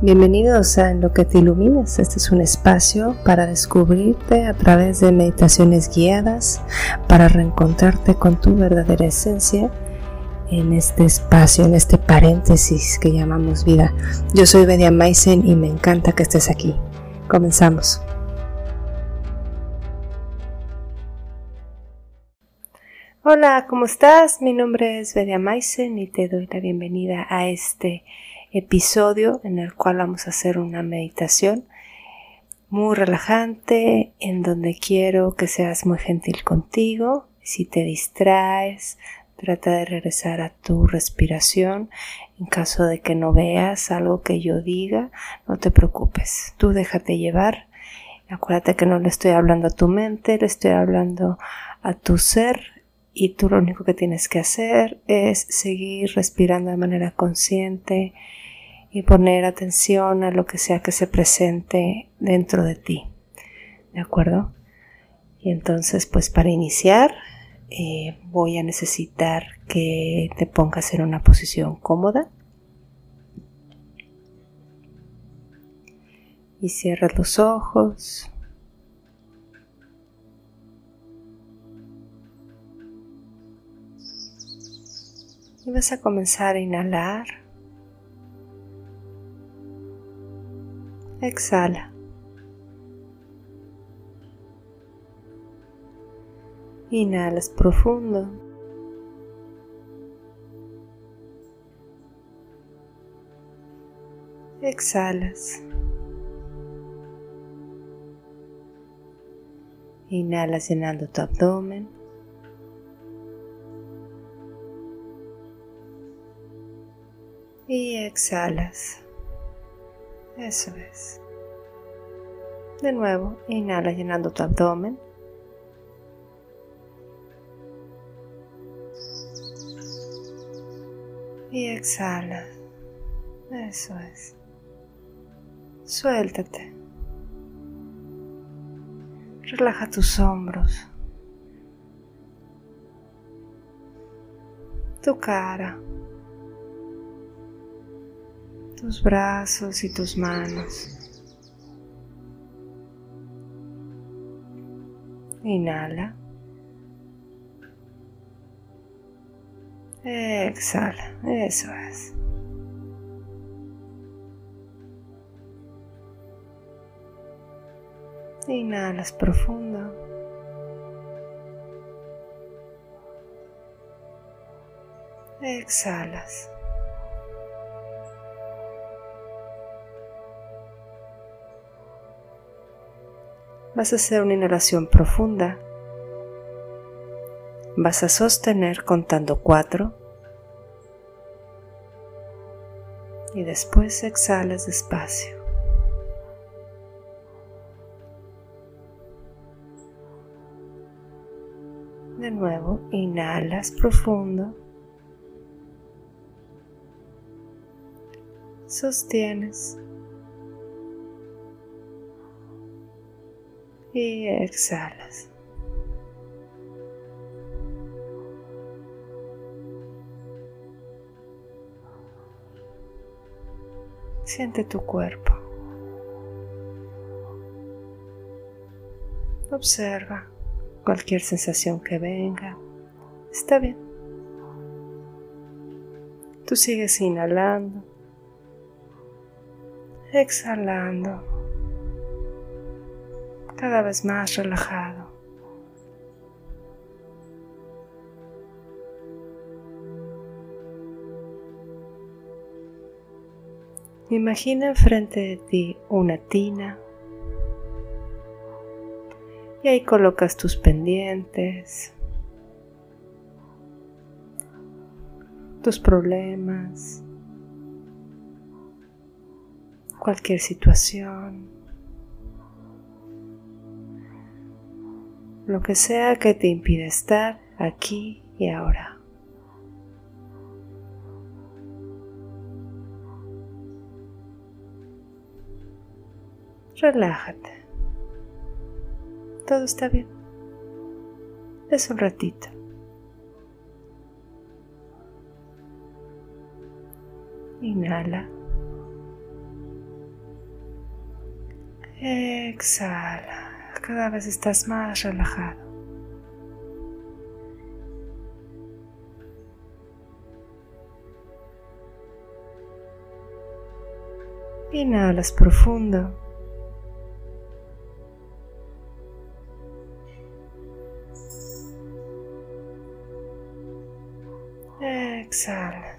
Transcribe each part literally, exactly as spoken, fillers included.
Bienvenidos a En lo que te iluminas. Este es un espacio para descubrirte a través de meditaciones guiadas, para reencontrarte con tu verdadera esencia en este espacio, en este paréntesis que llamamos vida. Yo soy Vedia Maisen y me encanta que estés aquí. Comenzamos. Hola, ¿cómo estás? Mi nombre es Vedia Maisen y te doy la bienvenida a este episodio en el cual vamos a hacer una meditación muy relajante, en donde quiero que seas muy gentil contigo. Si te distraes, trata de regresar a tu respiración. En caso de que no veas algo que yo diga, no te preocupes, tú déjate llevar. Acuérdate que no le estoy hablando a tu mente, le estoy hablando a tu ser. Y tú lo único que tienes que hacer es seguir respirando de manera consciente y poner atención a lo que sea que se presente dentro de ti. ¿De acuerdo? Y entonces, pues para iniciar, eh, voy a necesitar que te pongas en una posición cómoda. Y cierras los ojos. Y vas a comenzar a inhalar. Exhala. Inhalas profundo. Exhalas. Inhalas llenando tu abdomen. Y exhalas. Eso es. De nuevo, inhala llenando tu abdomen. Y exhala. Eso es. Suéltate. Relaja tus hombros. Tu cara. Tus brazos y tus manos. Inhala. Exhala. Eso es. Inhalas profundo. Exhalas. Vas a hacer una inhalación profunda. Vas a sostener contando cuatro. Y después exhalas despacio. De nuevo, inhalas profundo. Sostienes. Y exhalas. Siente tu cuerpo. Observa cualquier sensación que venga. Está bien. Tú sigues inhalando, exhalando. Cada vez más relajado. Imagina enfrente de ti una tina y ahí colocas tus pendientes, tus problemas, cualquier situación. Lo que sea que te impida estar aquí y ahora. Relájate. Todo está bien. Es un ratito. Inhala. Exhala, cada vez estás más relajado. Inhalas profundo. Exhala.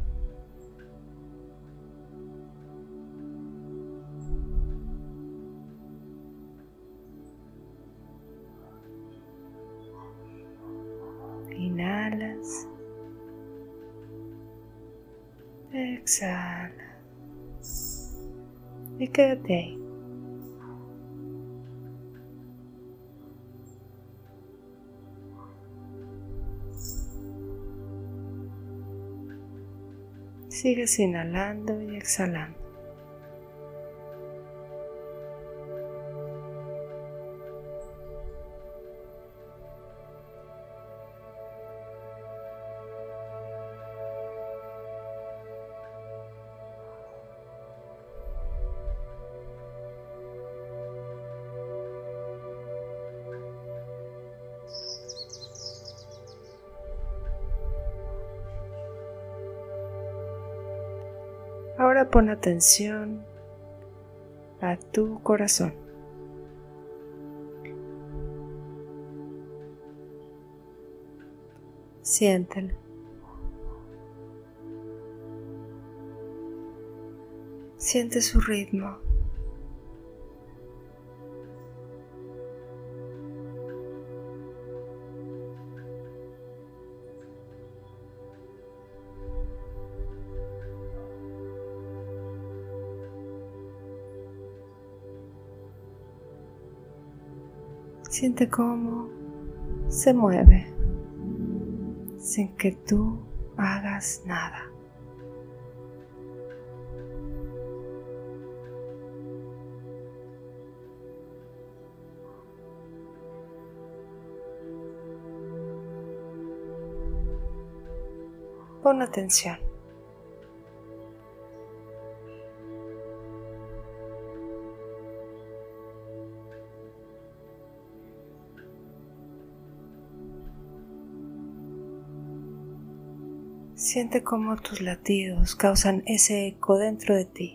Inhalas. Exhala. Y quédate ahí. Sigues inhalando y exhalando. Ahora pon atención a tu corazón. Siéntelo. Siente su ritmo. Siente cómo se mueve sin que tú hagas nada. Pon atención. Siente cómo tus latidos causan ese eco dentro de ti.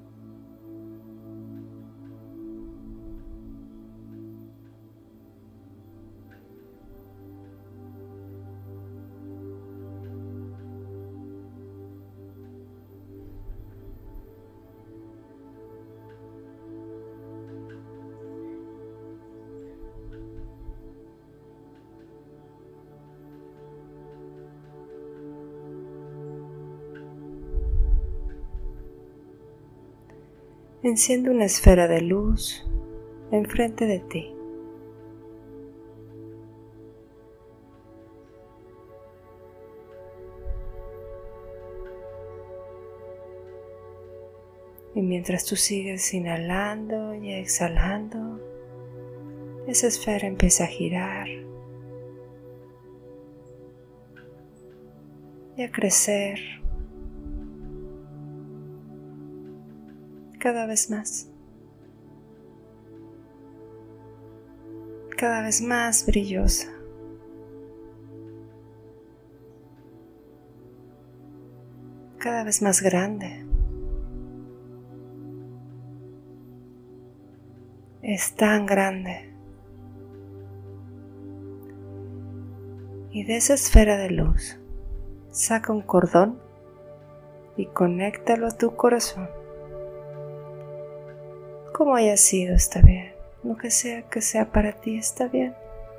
Enciende una esfera de luz enfrente de ti. Y mientras tú sigues inhalando y exhalando, esa esfera empieza a girar y a crecer cada vez más, cada vez más brillosa. Cada vez más grande. Es tan grande. Y de esa esfera de luz, saca un cordón y conéctalo a tu corazón. Como haya sido, está bien. Lo que sea que sea para ti, está bien.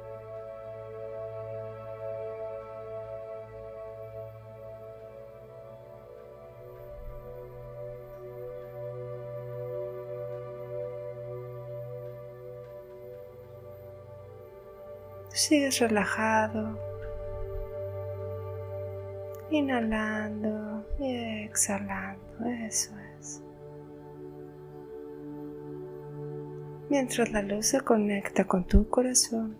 Sigues relajado, inhalando y exhalando, eso es. Mientras la luz se conecta con tu corazón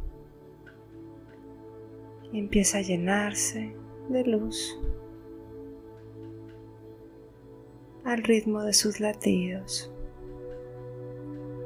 y empieza a llenarse de luz al ritmo de sus latidos.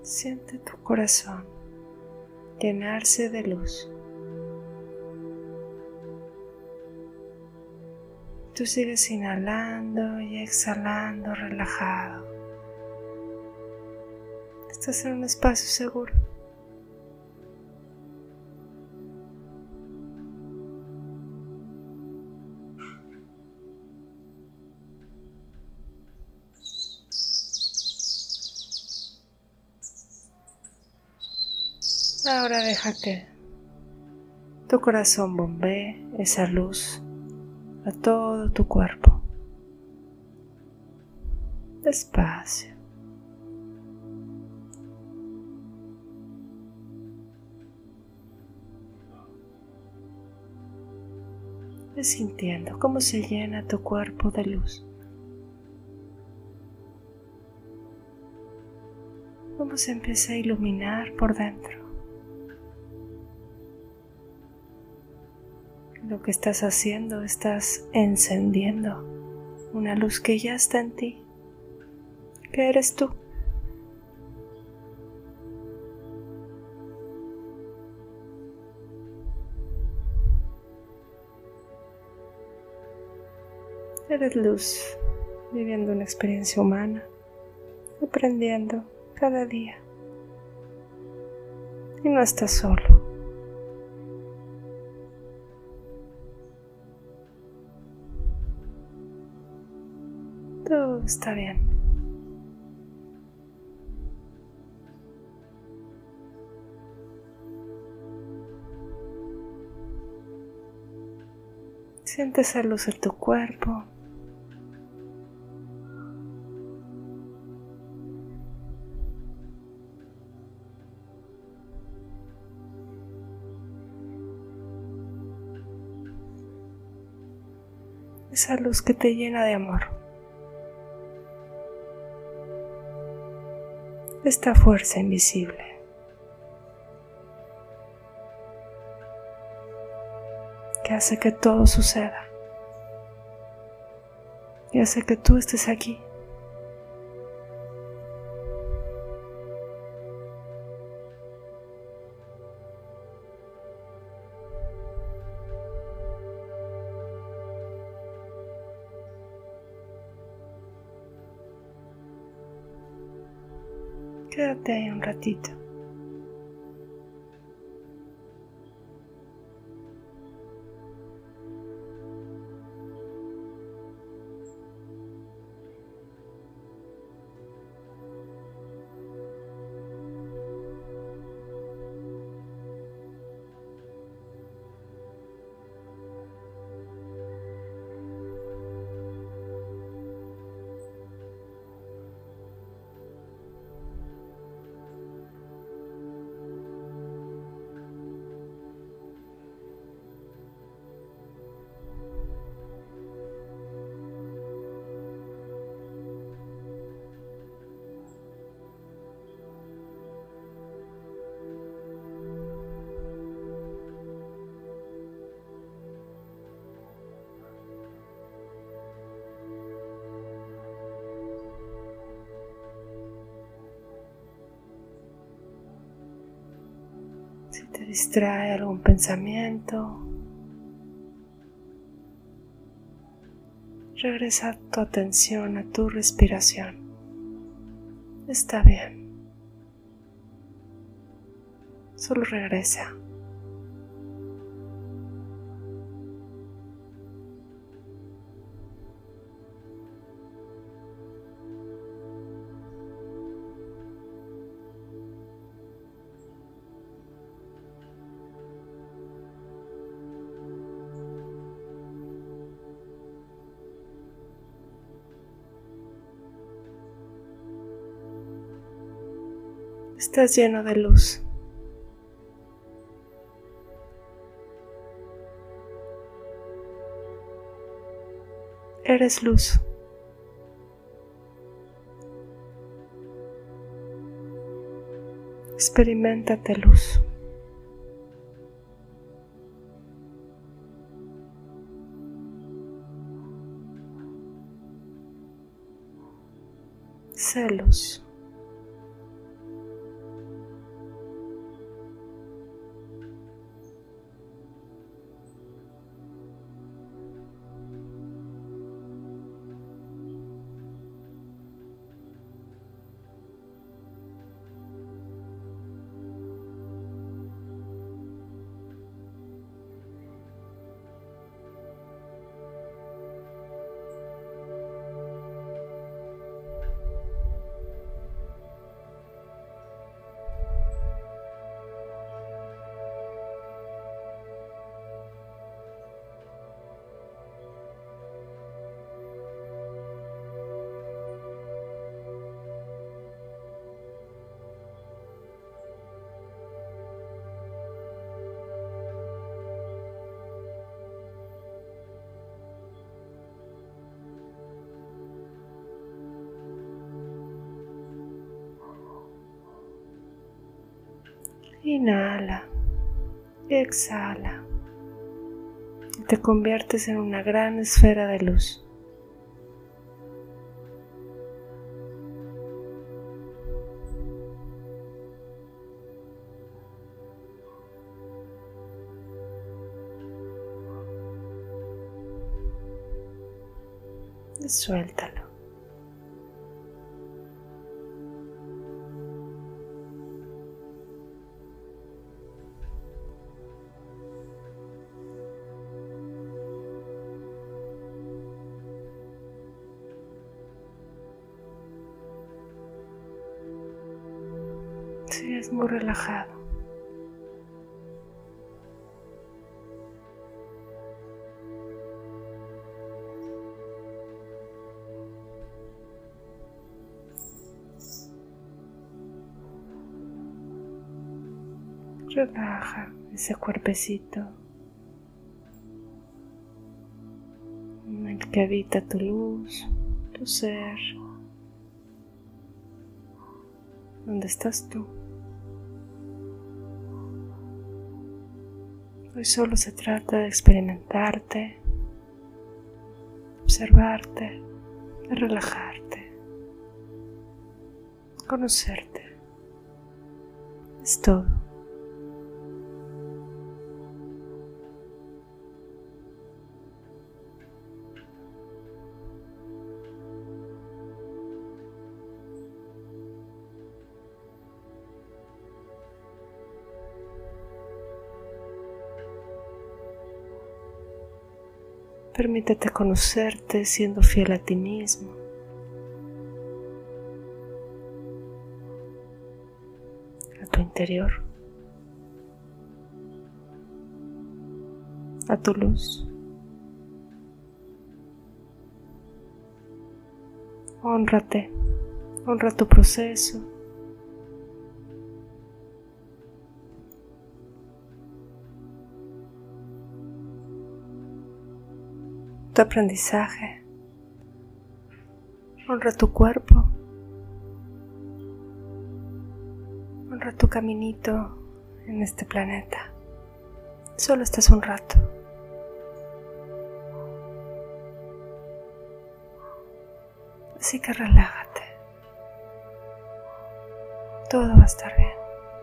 Siente tu corazón llenarse de luz. Tú sigues inhalando y exhalando relajado. Estás en un espacio seguro. Ahora deja que tu corazón bombee esa luz a todo tu cuerpo. Despacio. Ve sintiendo cómo se llena tu cuerpo de luz. Cómo se empieza a iluminar por dentro. Lo que estás haciendo, estás encendiendo una luz que ya está en ti, que eres tú. Eres luz, viviendo una experiencia humana, aprendiendo cada día. Y no estás solo. Todo está bien. Siente esa luz en tu cuerpo. Esa luz que te llena de amor. Esta fuerza invisible. Que hace que todo suceda. Y hace que tú estés aquí. Quédate ahí un ratito. Si te distrae algún pensamiento, regresa tu atención a tu respiración. Está bien. Solo regresa. Estás lleno de luz. Eres luz. Experiméntate luz. Sé luz. Inhala y exhala. Y te conviertes en una gran esfera de luz. Y suéltalo. Sigues muy relajado. Relaja ese cuerpecito en el que habita tu luz, tu ser, donde estás tú. Hoy solo se trata de experimentarte, observarte, de relajarte, conocerte. Es todo. Permítete conocerte siendo fiel a ti mismo. A tu interior. A tu luz. Hónrate. Honra tu proceso. Tu aprendizaje. Honra tu cuerpo. Honra tu caminito en este planeta. Solo estás un rato. Así que relájate. Todo va a estar bien.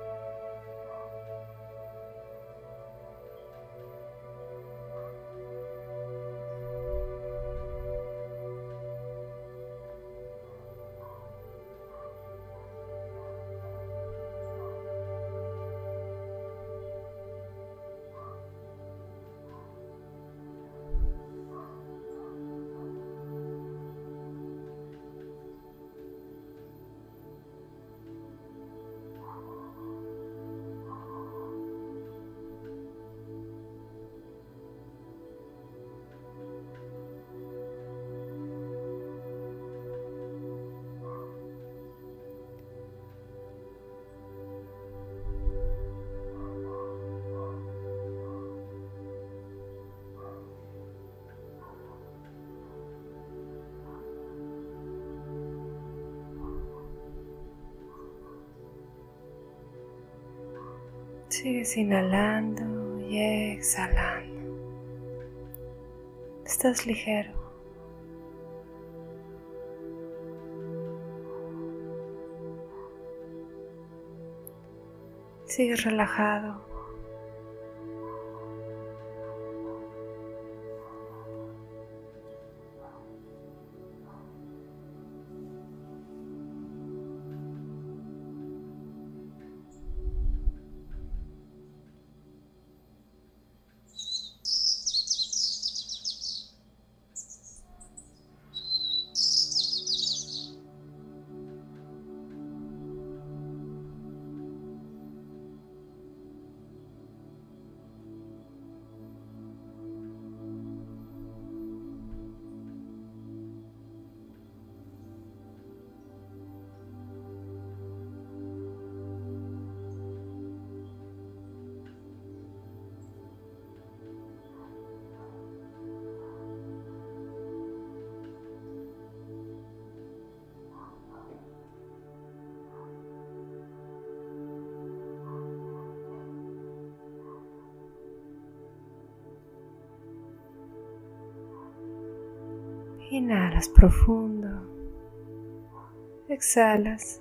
Sigues inhalando y exhalando. Estás ligero. Sigues relajado. Inhalas profundo. Exhalas.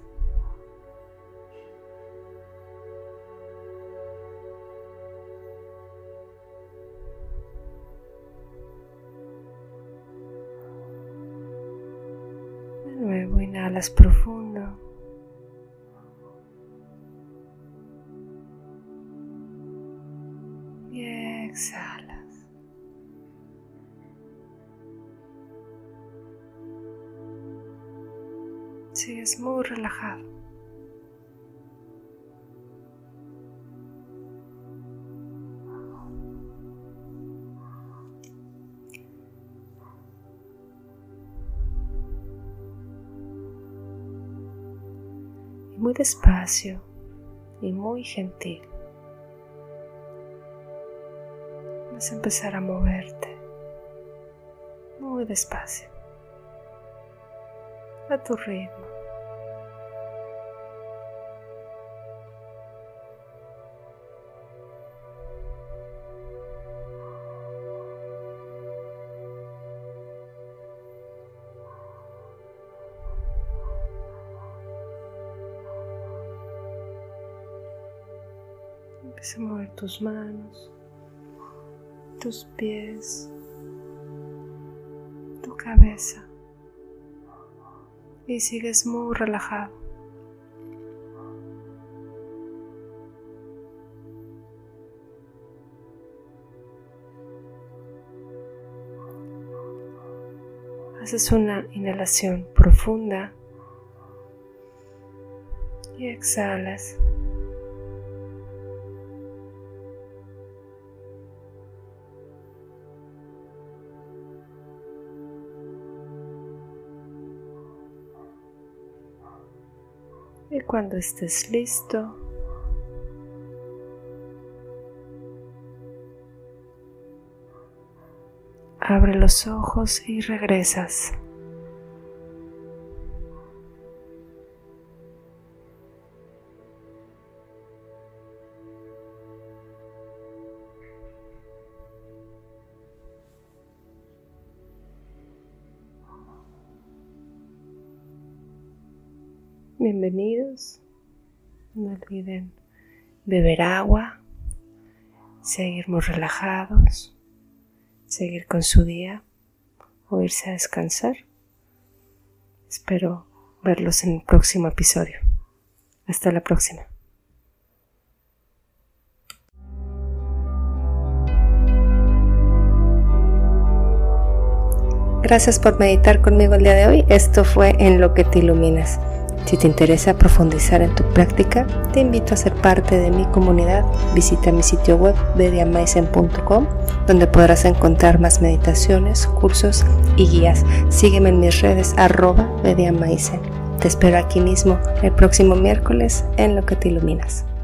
De nuevo inhalas profundo. Y exhalas. Sigues muy relajado. Y muy despacio y muy gentil vas a empezar a moverte muy despacio, a tu ritmo. Empieza a mover tus manos, tus pies, tu cabeza y sigues muy relajado. Haces una inhalación profunda y exhalas. Y cuando estés listo, abre los ojos y regresas. Bienvenidos. No olviden beber agua, seguir muy relajados, seguir con su día o irse a descansar. Espero verlos en el próximo episodio. Hasta la próxima. Gracias por meditar conmigo el día de hoy. Esto fue En lo que te iluminas. Si te interesa profundizar en tu práctica, te invito a ser parte de mi comunidad. Visita mi sitio web vediamaisen punto com, donde podrás encontrar más meditaciones, cursos y guías. Sígueme en mis redes arroba vediamaisen. Te espero aquí mismo el próximo miércoles en Lo que te iluminas.